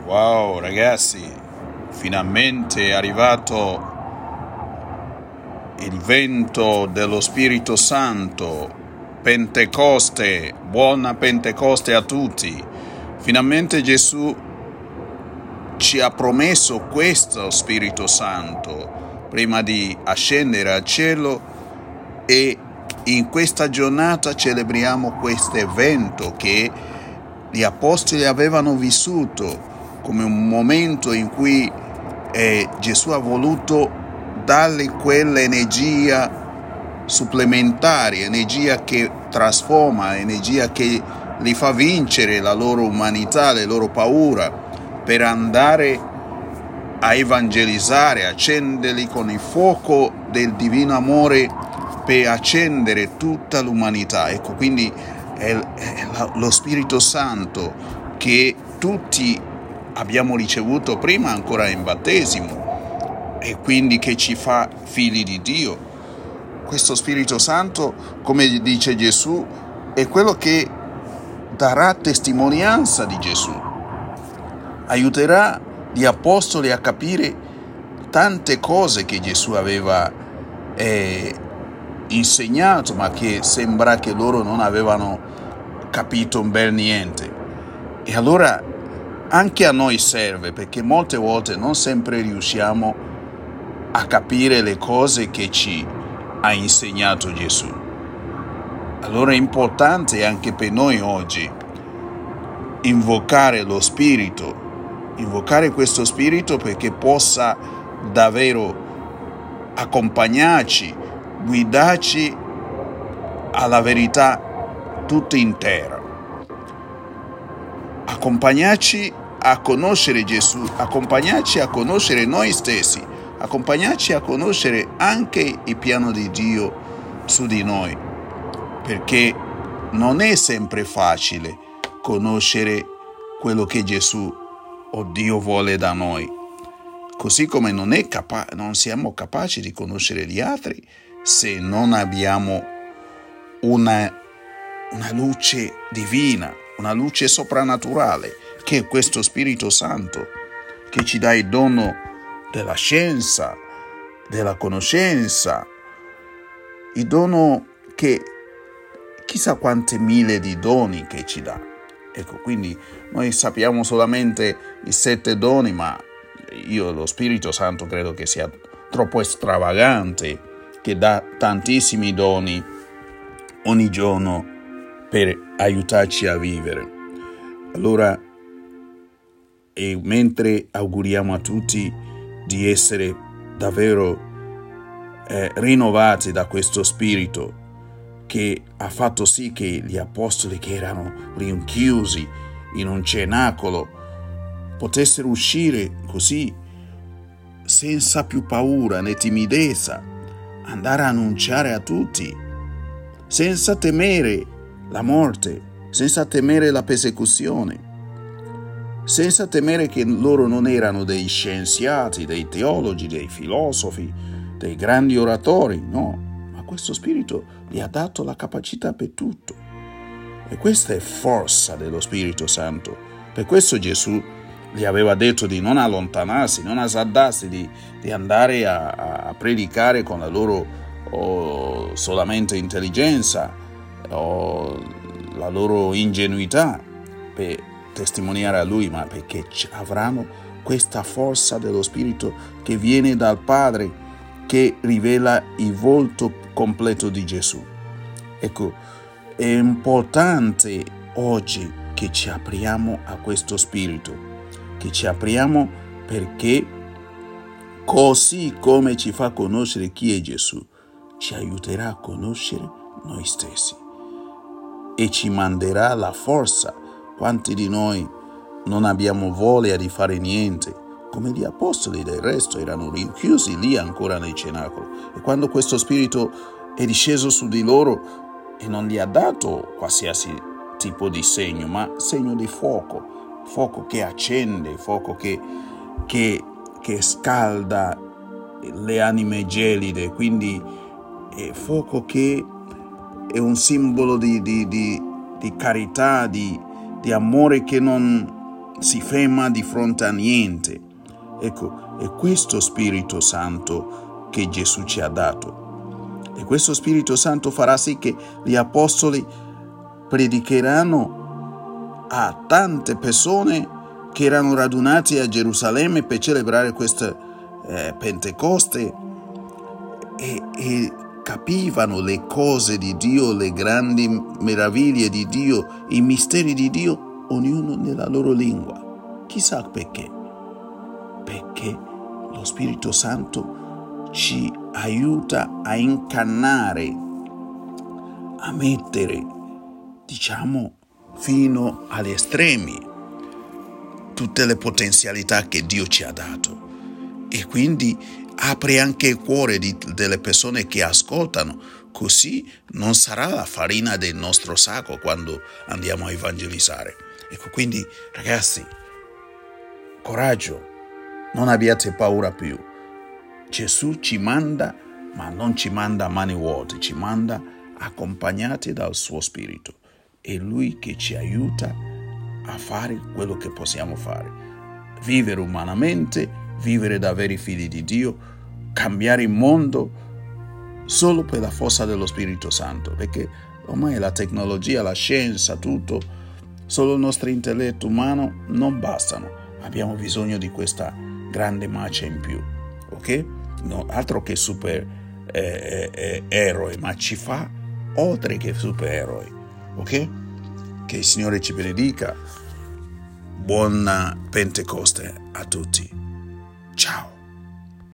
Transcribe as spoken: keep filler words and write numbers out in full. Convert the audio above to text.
Wow, ragazzi, finalmente è arrivato il vento dello Spirito Santo, Pentecoste, buona Pentecoste a tutti. Finalmente Gesù ci ha promesso questo Spirito Santo prima di ascendere al cielo, e in questa giornata celebriamo questo evento che gli apostoli avevano vissuto come un momento in cui eh, Gesù ha voluto dargli quell'energia supplementare, energia che trasforma, energia che li fa vincere la loro umanità, le loro paure, per andare a evangelizzare, accenderli con il fuoco del divino amore per accendere tutta l'umanità. Ecco, quindi è, è lo Spirito Santo che tutti abbiamo ricevuto prima ancora in battesimo, e quindi che ci fa figli di Dio. Questo Spirito Santo, come dice Gesù, è quello che darà testimonianza di Gesù, aiuterà gli apostoli a capire tante cose che Gesù aveva eh, insegnato, ma che sembra che loro non avevano capito un bel niente. E allora anche a noi serve, perché molte volte non sempre riusciamo a capire le cose che ci ha insegnato Gesù. Allora è importante anche per noi oggi invocare lo Spirito, invocare questo Spirito perché possa davvero accompagnarci, guidarci alla verità tutta intera, accompagnarci a conoscere Gesù, accompagnarci a conoscere noi stessi, accompagnarci a conoscere anche il piano di Dio su di noi, perché non è sempre facile conoscere quello che Gesù o Dio vuole da noi, così come non, è capa- non siamo capaci di conoscere gli altri se non abbiamo una, una luce divina, una luce soprannaturale, che è questo Spirito Santo, che ci dà il dono della scienza, della conoscenza, il dono che chissà quante mille di doni che ci dà. Ecco, quindi noi sappiamo solamente i sette doni, ma io lo Spirito Santo credo che sia troppo stravagante, che dà tantissimi doni ogni giorno per aiutarci a vivere. Allora, e mentre auguriamo a tutti di essere davvero eh, rinnovati da questo Spirito che ha fatto sì che gli apostoli, che erano rinchiusi in un cenacolo, potessero uscire così senza più paura né timidezza, andare a annunciare a tutti, senza temere la morte, senza temere la persecuzione, senza temere che loro non erano dei scienziati, dei teologi, dei filosofi, dei grandi oratori, no, ma questo Spirito gli ha dato la capacità per tutto. E questa è forza dello Spirito Santo. Per questo Gesù gli aveva detto di non allontanarsi, non azzardarsi, di, di andare a, a predicare con la loro oh, solamente intelligenza o la loro ingenuità per testimoniare a Lui, ma perché avranno questa forza dello Spirito che viene dal Padre, che rivela il volto completo di Gesù. Ecco, è importante oggi che ci apriamo a questo Spirito, che ci apriamo, perché così come ci fa conoscere chi è Gesù, ci aiuterà a conoscere noi stessi e ci manderà la forza. Quanti di noi non abbiamo voglia di fare niente? Come gli apostoli del resto erano rinchiusi lì ancora nel cenacolo. E quando questo Spirito è disceso su di loro e non gli ha dato qualsiasi tipo di segno, ma segno di fuoco, fuoco che accende, fuoco che, che, che scalda le anime gelide, quindi è fuoco che è un simbolo di, di, di, di carità, di, di amore che non, si ferma di fronte a niente. Ecco, è questo Spirito Santo che Gesù ci ha dato. E questo Spirito Santo farà sì che gli apostoli predicheranno a tante persone che erano radunate a Gerusalemme per celebrare questa eh, Pentecoste e, e capivano le cose di Dio, le grandi meraviglie di Dio, i misteri di Dio, ognuno nella loro lingua. Chissà perché. Perché lo Spirito Santo ci aiuta a incannare, a mettere, diciamo, fino agli estremi tutte le potenzialità che Dio ci ha dato. E quindi apre anche il cuore di, delle persone che ascoltano, così non sarà la farina del nostro sacco quando andiamo a evangelizzare. Ecco, quindi ragazzi, coraggio, non abbiate paura più. Gesù ci manda, ma non ci manda a mani vuote, ci manda accompagnati dal suo Spirito. È Lui che ci aiuta a fare quello che possiamo fare. Vivere umanamente, vivere da veri figli di Dio, cambiare il mondo solo per la forza dello Spirito Santo, perché ormai la tecnologia, la scienza, tutto, solo il nostro intelletto umano non bastano. Abbiamo bisogno di questa grande marcia in più, ok? No, altro che super eh, eh, eroi, ma ci fa oltre che supereroi, ok? Che il Signore ci benedica. Buona Pentecoste a tutti. Ciao.